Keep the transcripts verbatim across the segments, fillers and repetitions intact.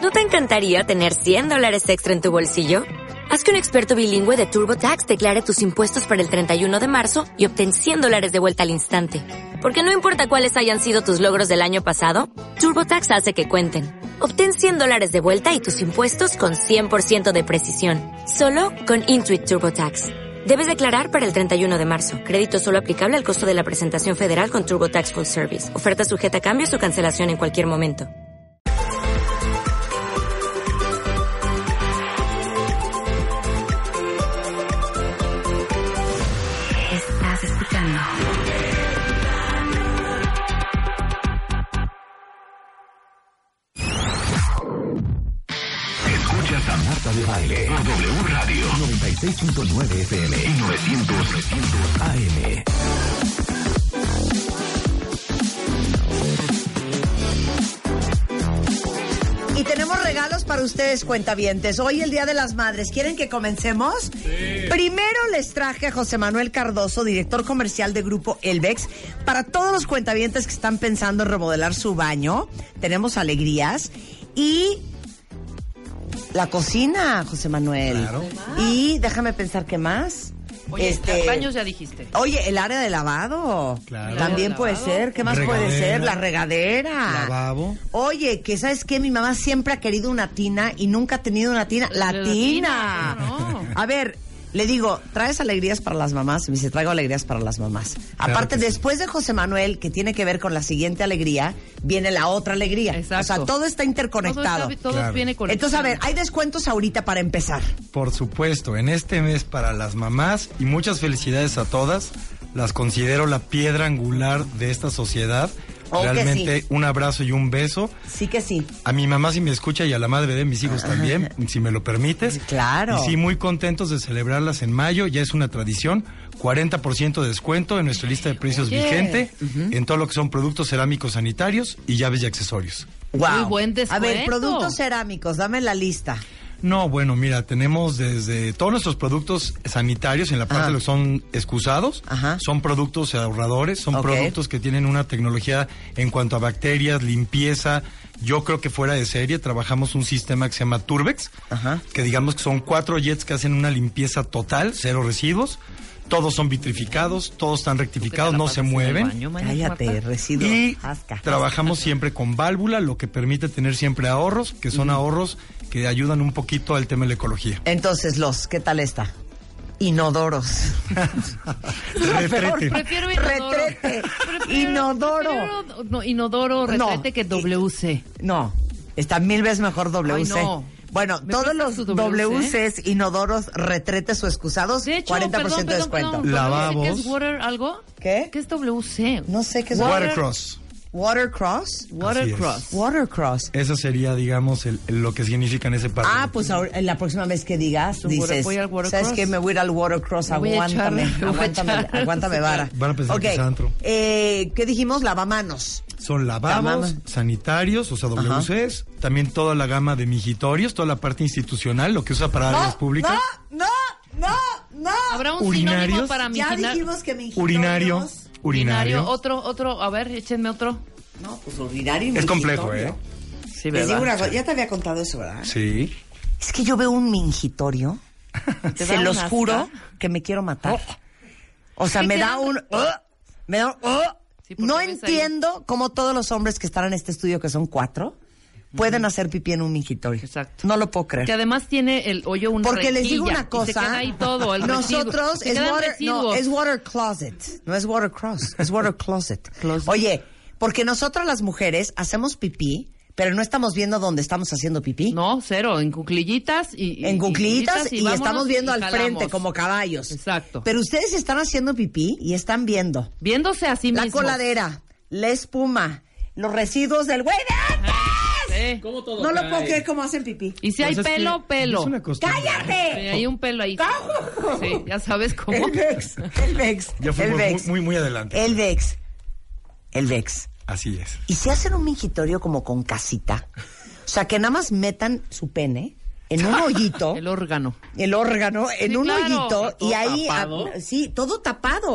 ¿No te encantaría tener cien dólares extra en tu bolsillo? Haz que un experto bilingüe de TurboTax declare tus impuestos para el treinta y uno de marzo y obtén cien dólares de vuelta al instante. Porque no importa cuáles hayan sido tus logros del año pasado, TurboTax hace que cuenten. Obtén cien dólares de vuelta y tus impuestos con cien por ciento de precisión. Solo con Intuit TurboTax. Debes declarar para el treinta y uno de marzo. Crédito solo aplicable al costo de la presentación federal con TurboTax Full Service. Oferta sujeta a cambios o cancelación en cualquier momento. Estás escuchando Escuchas a Marta de Baile por W Radio noventa y seis punto nueve F M y novecientos A M. Y tenemos regalos para ustedes, cuentavientes. Hoy el Día de las Madres. ¿Quieren que comencemos? Sí. Primero les traje a José Manuel Cardoso, director comercial de Grupo Elvex. Para todos los cuentavientes que están pensando en remodelar su baño, tenemos alegrías. Y la cocina, José Manuel. Claro. Y déjame pensar, ¿qué más? Oye, este, los baños ya dijiste. Oye, el área de lavado. Claro. También puede lavado. ser. ¿Qué más Regadera, puede ser? La regadera. Lavabo. Oye, que ¿sabes qué? Mi mamá siempre ha querido una tina y nunca ha tenido una tina. ¡La, la tina! tina. No. A ver, le digo, ¿traes alegrías para las mamás? Me dice, traigo alegrías para las mamás. Claro. Aparte, después sí. de José Manuel, que tiene que ver con la siguiente alegría, viene la otra alegría. Exacto. O sea, todo está interconectado. Todo, está, todo claro. viene conectado. Entonces, a ver, hay descuentos ahorita para empezar. Por supuesto, en este mes para las mamás, y muchas felicidades a todas. Las considero la piedra angular de esta sociedad. Oh, realmente sí. Un abrazo y un beso. Sí que sí. A mi mamá si me escucha y a la madre de mis hijos también, si me lo permites. Claro. Y sí, muy contentos de celebrarlas en mayo, ya es una tradición. cuarenta por ciento de descuento en nuestra lista de precios yeah. vigente, uh-huh. en todo lo que son productos cerámicos sanitarios y llaves y accesorios. Wow. Muy buen descuento. A ver, productos cerámicos, dame la lista. No, bueno, mira, tenemos desde todos nuestros productos sanitarios en la parte Ajá. de lo que son excusados, Ajá. son productos ahorradores, son okay. productos que tienen una tecnología en cuanto a bacterias, limpieza. Yo creo que fuera de serie trabajamos un sistema que se llama Turbex, Ajá. que digamos que son cuatro jets que hacen una limpieza total, cero residuos. Todos son vitrificados, todos están rectificados, no se mueven. Baño, Cállate, residuos. Y Asca. trabajamos siempre con válvula, lo que permite tener siempre ahorros, que son uh-huh. ahorros que ayudan un poquito al tema de la ecología. Entonces, los, ¿qué tal está? Inodoros. Retrete. Prefiero inodoro. Retrete. Prefiero, inodoro. Prefiero, no, inodoro, retrete no. que W C. No, está mil veces mejor W C. Ay, no. Bueno, todos los W Cs, inodoros, retretes o excusados, de hecho, cuarenta por ciento perdón, de perdón, descuento. perdón, Lavabos. ¿Qué es water algo? ¿Qué? ¿Qué es W C? No sé qué es water. Watercross. Watercross. Watercross. Watercross. Eso sería, digamos, el, el, lo que significa en ese parte. Ah, pues ahora, la próxima vez que digas, dices, water, ¿sabes qué? Me voy a ir al Watercross, aguántame, echar, aguántame, aguántame, aguántame vara. Van a pensar okay. que es antro. Eh, ¿Qué dijimos? Lavamanos. Son lavabos, Lavama. sanitarios, o sea, W Cs, Ajá. también toda la gama de mijitorios, toda la parte institucional, lo que usa para no, áreas públicas. No, no, no, no. ¿Habrá un Urinarios. sinónimo para mijinar? Ya dijimos que mijitorios. Urinario. Urinario. Urinario. Otro, otro, a ver, échenme otro. No, pues urinario y es complejo, ¿eh? Sí, Les digo una cosa, ya te había contado eso, ¿verdad? Sí. Es que yo veo un mingitorio, se los asca? juro que me quiero matar. Oh. O sea, me da un... Uh, me da un... Uh, sí, no entiendo ahí? Cómo todos los hombres que están en este estudio, que son cuatro, pueden hacer pipí en un mingitorio. Exacto. No lo puedo creer. Que además tiene el hoyo una Porque rejilla, les digo una cosa. Y se queda ahí todo, el nosotros es water, no, es water closet. No es water cross, es water closet. closet. Oye, porque nosotras las mujeres hacemos pipí, pero no estamos viendo dónde estamos haciendo pipí. No, cero, en cuclillitas y... En cuclillitas y, y, y estamos viendo y al jalamos. frente como caballos. Exacto. Pero ustedes están haciendo pipí y están viendo. Viéndose a sí la mismos. La coladera, la espuma, los residuos del güey de antes. Sí. ¿Cómo todo no cae? Lo puedo creer cómo hacen pipí. Y si hay pues pelo, pelo. ¡Cállate! Sí, hay un pelo ahí. Sí, ya sabes cómo. El Vex, el Vex. Ya fuimos el muy, muy, muy adelante. El Vex, el Vex. Así es. Y si hacen un mingitorio como con casita, o sea, que nada más metan su pene en un hoyito. El órgano. El órgano, en sí, un claro. hoyito. Todo y ahí, tapado. A, sí, todo tapado.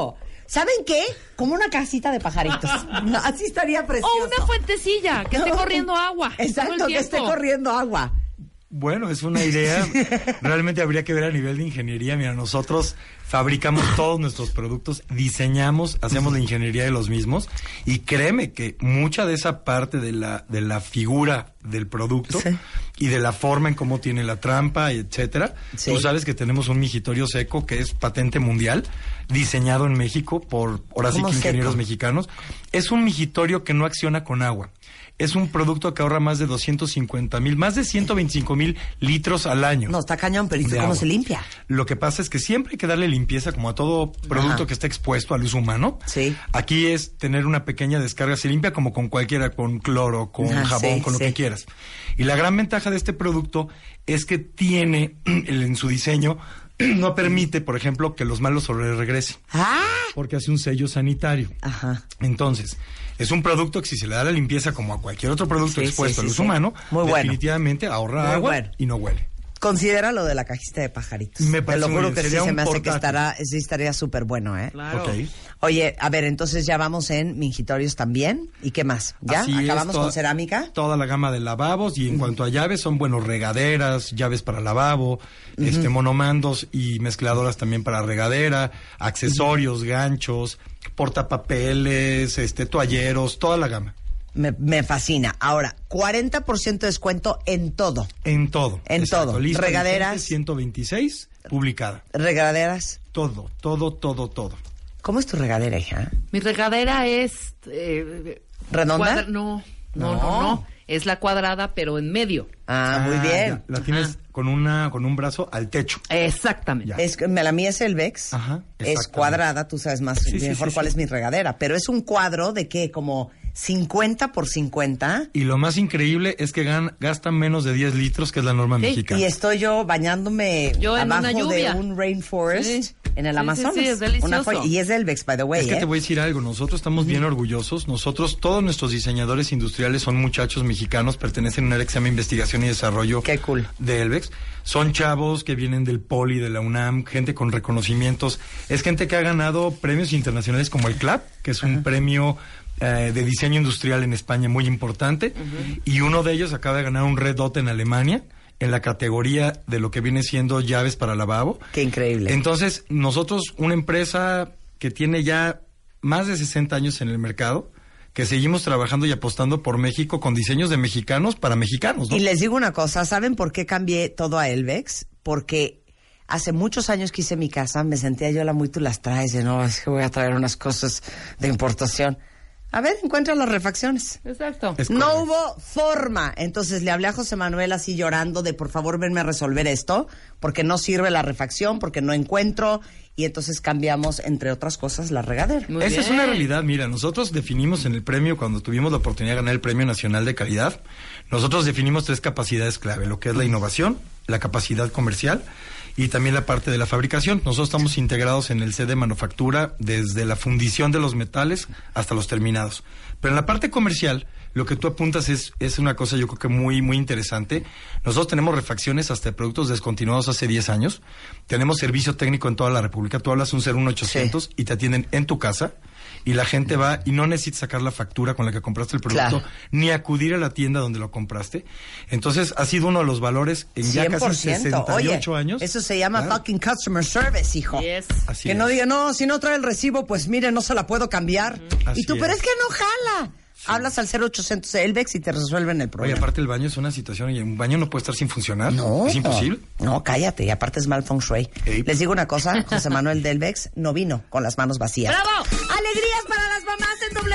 ¿Saben qué? Como una casita de pajaritos. Así estaría precioso. O una fuentecilla, que esté corriendo agua. Exacto, que esté corriendo agua. Bueno, es una idea. Realmente habría que ver a nivel de ingeniería. Mira, nosotros fabricamos todos nuestros productos, diseñamos, hacemos la ingeniería de los mismos y créeme que mucha de esa parte de la de la figura del producto sí. y de la forma en cómo tiene la trampa, etcétera. Sí. Tú sabes que tenemos un migitorio seco que es patente mundial, diseñado en México por, ahora sí que ingenieros seco? mexicanos. Es un migitorio que no acciona con agua. Es un producto que ahorra más de doscientos cincuenta mil, más de ciento veinticinco mil litros al año. No, está cañón, pero ¿y cómo agua. se limpia? Lo que pasa es que siempre hay que darle limpieza como a todo producto Ajá. que esté expuesto al uso humano. Sí. Aquí es tener una pequeña descarga, se limpia como con cualquiera, con cloro, con Ajá, jabón, sí, con lo sí. que quieras. Y la gran ventaja de este producto es que tiene en su diseño no permite, por ejemplo, que los malos olores regresen. Ah. Porque hace un sello sanitario. Ajá. Entonces, es un producto que si se le da la limpieza como a cualquier otro producto sí, expuesto sí, sí, al uso sí. humano, Muy definitivamente bueno. ahorra Muy agua bueno. y no huele. Considera lo de la cajita de pajaritos. Me Te lo juro que sí se me hace portátil. que estará, sí estaría súper bueno, ¿eh? Claro. Okay. Oye, a ver, entonces ya vamos en mingitorios también. ¿Y qué más? ¿Ya? Así ¿Acabamos toda, con cerámica? Toda la gama de lavabos y en uh-huh. cuanto a llaves son, bueno, regaderas, llaves para lavabo, uh-huh. este monomandos y mezcladoras también para regadera, accesorios, uh-huh. ganchos, portapapeles, este toalleros, toda la gama. Me, me fascina. Ahora, cuarenta por ciento de descuento en todo. En todo. En Exacto. todo. Lista Regaderas. ciento veintiséis, publicada. Regaderas. Todo, todo, todo, todo. ¿Cómo es tu regadera, hija? Mi regadera es... Eh, ¿Redonda? Cuadra- no, no, no, no, no. Es la cuadrada, pero en medio. Ah, muy Ah, bien. ya. La tienes Ajá. con una con un brazo al techo. Exactamente. Ya. Es, la mía es el Vex. Ajá, es exactamente. cuadrada, tú sabes más Sí, sí, mejor sí, cuál sí. es mi regadera. Pero es un cuadro de qué, como cincuenta por cincuenta. Y lo más increíble es que gan- gastan menos de diez litros, que es la norma Sí, mexicana. Y estoy yo bañándome Yo en abajo una de lluvia. un rainforest Sí. en el Sí, Amazonas. sí, sí, es delicioso. Una joya. Y es del Vex, by the way. Es que ¿eh? te voy a decir algo, nosotros estamos bien orgullosos, nosotros, todos nuestros diseñadores industriales son muchachos mexicanos, pertenecen a un área que se llama Investigación y Desarrollo Qué cool. de Elvex, son chavos que vienen del Poli, de la UNAM, gente con reconocimientos, es gente que ha ganado premios internacionales como el C L A P, que es un Ajá. premio eh, de diseño industrial en España muy importante, uh-huh. y uno de ellos acaba de ganar un Red Dot en Alemania, en la categoría de lo que viene siendo llaves para lavabo. Qué increíble. Entonces, nosotros, una empresa que tiene ya más de sesenta años en el mercado, que seguimos trabajando y apostando por México con diseños de mexicanos para mexicanos, ¿no? Y les digo una cosa, ¿saben por qué cambié todo a Elvex? Porque hace muchos años que hice mi casa, me sentía yo la muy tú las traes, de no, es que voy a traer unas cosas de importación. A ver, encuentra las refacciones. Exacto. Es No correcto. hubo forma. Entonces le hablé a José Manuel así llorando de por favor venme a resolver esto, porque no sirve la refacción, porque no encuentro, y entonces cambiamos, entre otras cosas, la regadera. Muy Esa bien. es una realidad, mira, nosotros definimos en el premio, cuando tuvimos la oportunidad de ganar el Premio Nacional de Calidad, nosotros definimos tres capacidades clave, lo que es la innovación, la capacidad comercial y también la parte de la fabricación. Nosotros estamos integrados en el C de manufactura desde la fundición de los metales hasta los terminados. Pero en la parte comercial, lo que tú apuntas es, es una cosa yo creo que muy, muy interesante. Nosotros tenemos refacciones hasta de productos descontinuados hace diez años. Tenemos servicio técnico en toda la República. Tú hablas un cero uno ochocientos sí. y te atienden en tu casa. Y la gente va y no necesita sacar la factura con la que compraste el producto, Claro. ni acudir a la tienda donde lo compraste. Entonces, ha sido uno de los valores en ya casi sesenta y ocho Oye, años. eso se llama Claro. fucking customer service, hijo. Yes. Así que es. no diga, no, si no trae el recibo, pues mire, no se la puedo cambiar. Así Y tú, es. pero es que no jala. Hablas al cero ochocientos Elvex y te resuelven el Oye, problema. aparte el baño es una situación, y un baño no puede estar sin funcionar. No. Es imposible. No, cállate, y aparte es mal feng shui. Ey. Les digo una cosa, José Manuel Delvex no vino con las manos vacías. ¡Bravo! ¡Alegrías para las mamás en W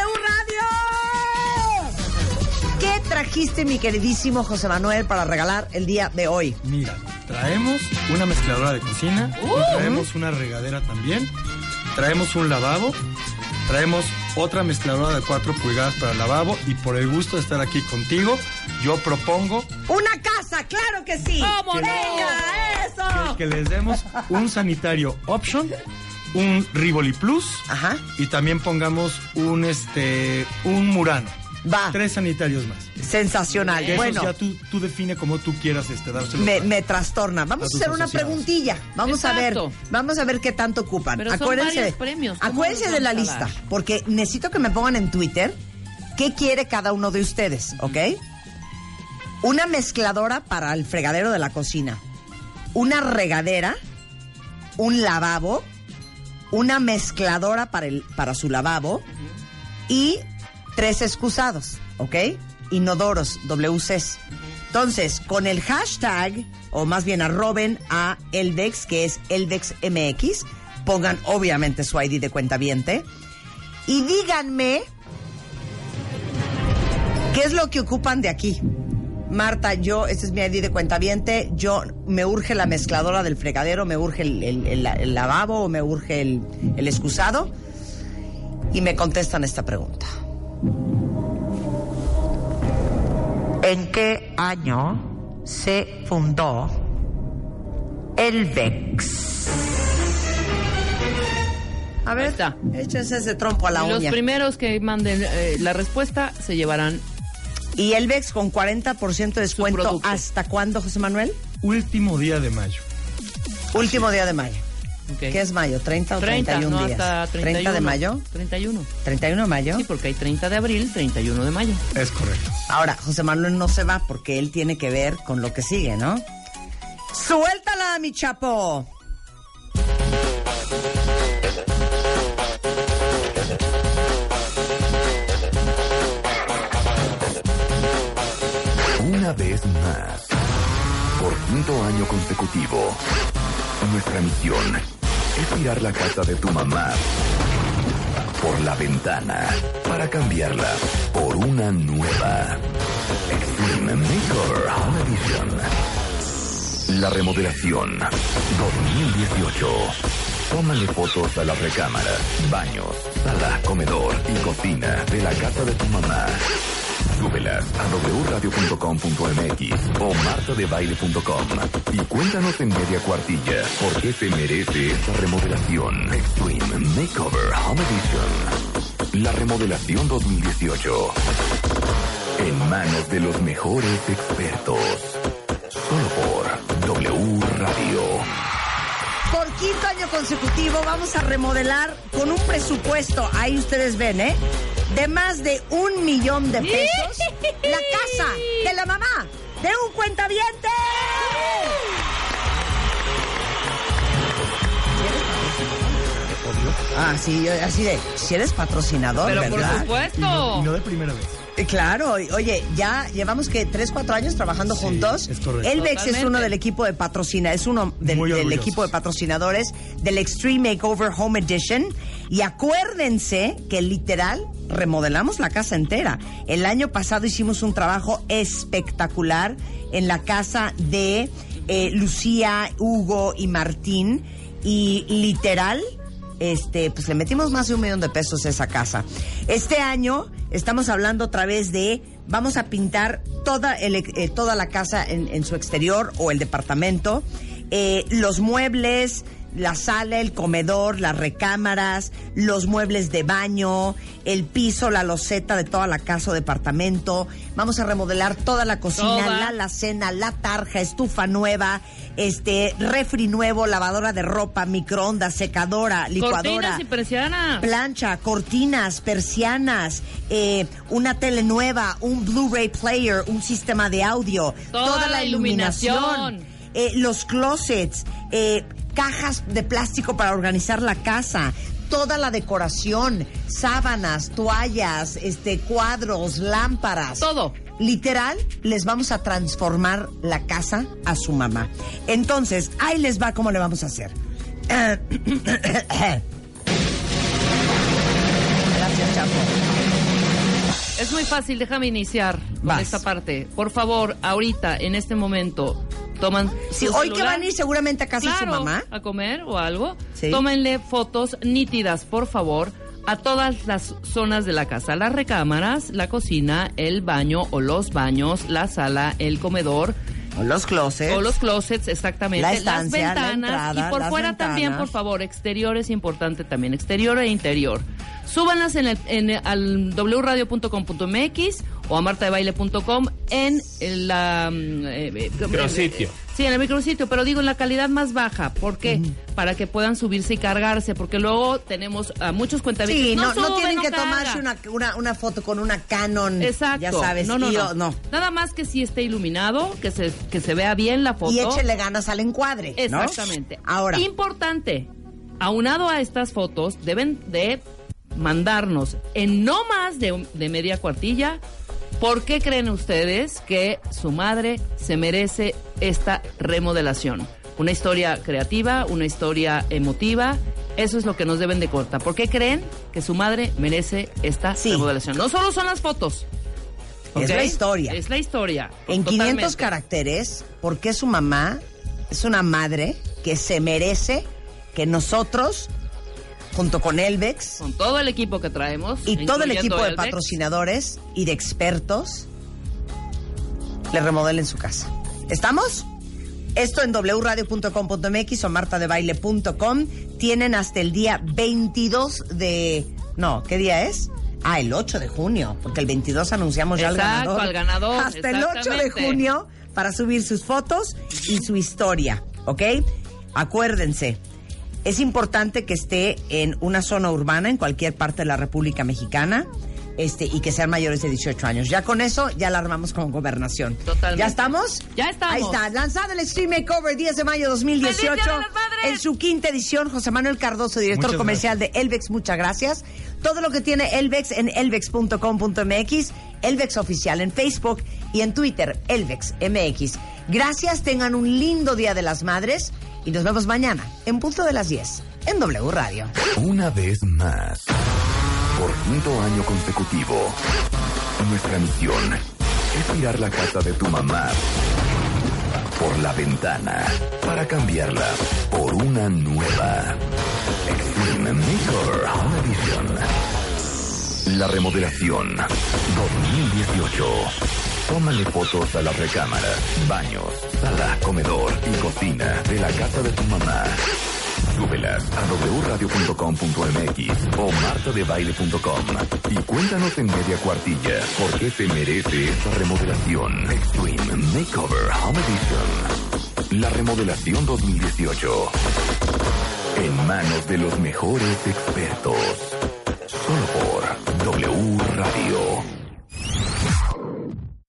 Radio! ¿Qué trajiste, mi queridísimo José Manuel, para regalar el día de hoy? Mira, traemos una mezcladora de cocina, Uh. traemos una regadera también, traemos un lavabo, traemos otra mezcladora de cuatro pulgadas para el lavabo, y por el gusto de estar aquí contigo, yo propongo ¡Una casa! ¡Claro que sí! ¡Cómo no! ¡Venga, eso! que les demos un sanitario option, un Rivoli Plus, Ajá. y también pongamos un este un Murano. Va. Tres sanitarios más. Sensacional. Que bueno. Eso ya tú, tú define cómo tú quieras este, dárselo. Me, a, me trastorna. Vamos a, a hacer una preguntilla. Vamos Exacto. a ver. Vamos a ver qué tanto ocupan. Pero acuérdense, son varios premios. Acuérdense de la lista. Porque necesito que me pongan en Twitter qué quiere cada uno de ustedes, ¿ok? Una mezcladora para el fregadero de la cocina. Una regadera. Un lavabo. Una mezcladora para, el, para su lavabo. Uh-huh. Y tres excusados, ¿ok? Inodoros, W Cs. Entonces, con el hashtag, o más bien arroben a Elvex, que es ElvexMX, pongan obviamente su I D de cuentaviente, y díganme qué es lo que ocupan de aquí. Marta, yo, este es mi I D de cuentaviente, yo, me urge la mezcladora del fregadero, me urge el, el, el, el lavabo, o me urge el, el excusado, y me contestan esta pregunta. ¿En qué año se fundó Elvex? A ver, échense ese trompo a la Los uña. Los primeros que manden eh, la respuesta se llevarán. ¿Y Elvex con cuarenta por ciento de descuento hasta cuándo, José Manuel? Último día de mayo. Último día de mayo. Okay. ¿Qué es mayo? ¿treinta o treinta, treinta y uno no, días? Hasta treinta y uno. ¿treinta de mayo? treinta y uno. ¿treinta y uno de mayo? Sí, porque hay treinta de abril, treinta y uno de mayo. Es correcto. Ahora, José Manuel no se va porque él tiene que ver con lo que sigue, ¿no? ¡Suéltala, mi chapo! Una vez más, por quinto año consecutivo, nuestra misión es tirar la casa de tu mamá por la ventana para cambiarla por una nueva. Extreme Makeover Home Edition. La remodelación dos mil dieciocho. Tómale fotos a las recámaras, baños, sala, comedor y cocina de la casa de tu mamá. Súbelas a doble u radio punto com punto m x o marta de baile punto com y cuéntanos en media cuartilla por qué se merece esta remodelación. Extreme Makeover Home Edition. La remodelación dos mil dieciocho. En manos de los mejores expertos. Solo por W Radio. Por quinto año consecutivo vamos a remodelar con un presupuesto, ahí ustedes ven, ¿eh? De más de un millón de pesos, la casa de la mamá de un cuentaviente. Ah, sí, así de, si eres patrocinador, pero ¿verdad? Por supuesto. Y no, y no de primera vez. Eh, Claro, oye, ya llevamos que tres, cuatro años trabajando sí, juntos. Es correcto. Elvex Totalmente. es uno del equipo de patrocina, es uno del, del equipo de patrocinadores del Extreme Makeover Home Edition. Y acuérdense que literal remodelamos la casa entera. El año pasado hicimos un trabajo espectacular en la casa de eh, Lucía, Hugo y Martín. Y literal, este, pues le metimos más de un millón de pesos a esa casa. Este año estamos hablando otra vez de, vamos a pintar toda, el, eh, toda la casa en, en su exterior o el departamento, eh, los muebles, la sala, el comedor, las recámaras, los muebles de baño, el piso, la loseta de toda la casa o departamento. Vamos a remodelar toda la cocina, toda. la alacena, la tarja, estufa nueva, este, refri nuevo, lavadora de ropa, microondas, secadora, licuadora. Cortinas y persianas. Plancha, cortinas, persianas, eh, una tele nueva, un Blu-ray player, un sistema de audio, toda, toda la, la iluminación, iluminación. Eh, los closets, eh, cajas de plástico para organizar la casa, toda la decoración, sábanas, toallas, este, cuadros, lámparas. Todo. Literal, les vamos a transformar la casa a su mamá. Entonces, ahí les va cómo le vamos a hacer. Gracias, Chapo. Es muy fácil, déjame iniciar con esta parte. Por favor, ahorita, en este momento, toman sí, su hoy celular, que van a ir seguramente a casa claro, de su mamá a comer o algo, sí. Tómenle fotos nítidas, por favor, a todas las zonas de la casa, las recámaras, la cocina, el baño o los baños, la sala, el comedor, o los closets, o los closets, exactamente, la estancia, las ventanas, la entrada, y por las fuera ventanas. También, por favor, exterior es importante también, exterior e interior. Súbanlas en el, en el, al doble u radio punto com punto m x o a marta de baile punto com en la... Eh, micrositio. Sí, en el micrositio, pero digo en la calidad más baja. ¿Por qué? Uh-huh. Para que puedan subirse y cargarse, porque luego tenemos a muchos cuentavientes. Sí, no, no, no sube, tienen no que carga. tomarse una, una, una foto con una Canon. Exacto. Ya sabes. No, no, y no. yo, no. Nada más que sí esté iluminado, que se, que se vea bien la foto. Y échele ganas al encuadre, ¿no? Exactamente. Ahora. Importante, aunado a estas fotos, deben de mandarnos en no más de, de media cuartilla. ¿Por qué creen ustedes que su madre se merece esta remodelación? Una historia creativa, una historia emotiva, eso es lo que nos deben de contar. ¿Por qué creen que su madre merece esta sí. remodelación? No solo son las fotos. ¿Okay? Es la historia. Es la historia. En totalmente. quinientos caracteres, ¿por qué su mamá es una madre que se merece que nosotros, junto con Elvex, con todo el equipo que traemos y todo el equipo de Elvex, patrocinadores y de expertos, le remodelen su casa? ¿Estamos? Esto en doble u radio punto com punto m x o marta de baile punto com. Tienen hasta el día veintidós de... No, ¿qué día es? Ah, el ocho de junio, porque el veintidós anunciamos ya Exacto, al ganador. al ganador. Hasta el ocho de junio para subir sus fotos y su historia, ¿ok? Acuérdense, es importante que esté en una zona urbana en cualquier parte de la República Mexicana, este, y que sean mayores de dieciocho años. Ya con eso, ya la armamos como gobernación. Totalmente. ¿Ya estamos? Ya estamos. Ahí está, lanzado el Extreme Makeover diez de mayo de dos mil dieciocho, en su quinta edición. José Manuel Cardoso, director muchas comercial gracias. de Elvex, muchas gracias. Todo lo que tiene Elvex en elvex punto com punto m x, Elvex Oficial en Facebook y en Twitter, Elvex M X. Gracias, tengan un lindo Día de las Madres y nos vemos mañana en punto de las diez en W Radio. Una vez más, por quinto año consecutivo, nuestra misión es tirar la casa de tu mamá por la ventana para cambiarla por una nueva. Extreme Makeover Home Edition. La remodelación dos mil dieciocho. Tómale fotos a las recámaras, baños, sala, comedor y cocina de la casa de tu mamá. Súbelas a doble u radio punto com punto m x o marta de baile punto com y cuéntanos en media cuartilla por qué se merece esta remodelación. Extreme Makeover Home Edition. La remodelación dos mil dieciocho. En manos de los mejores expertos. Solo por W Radio.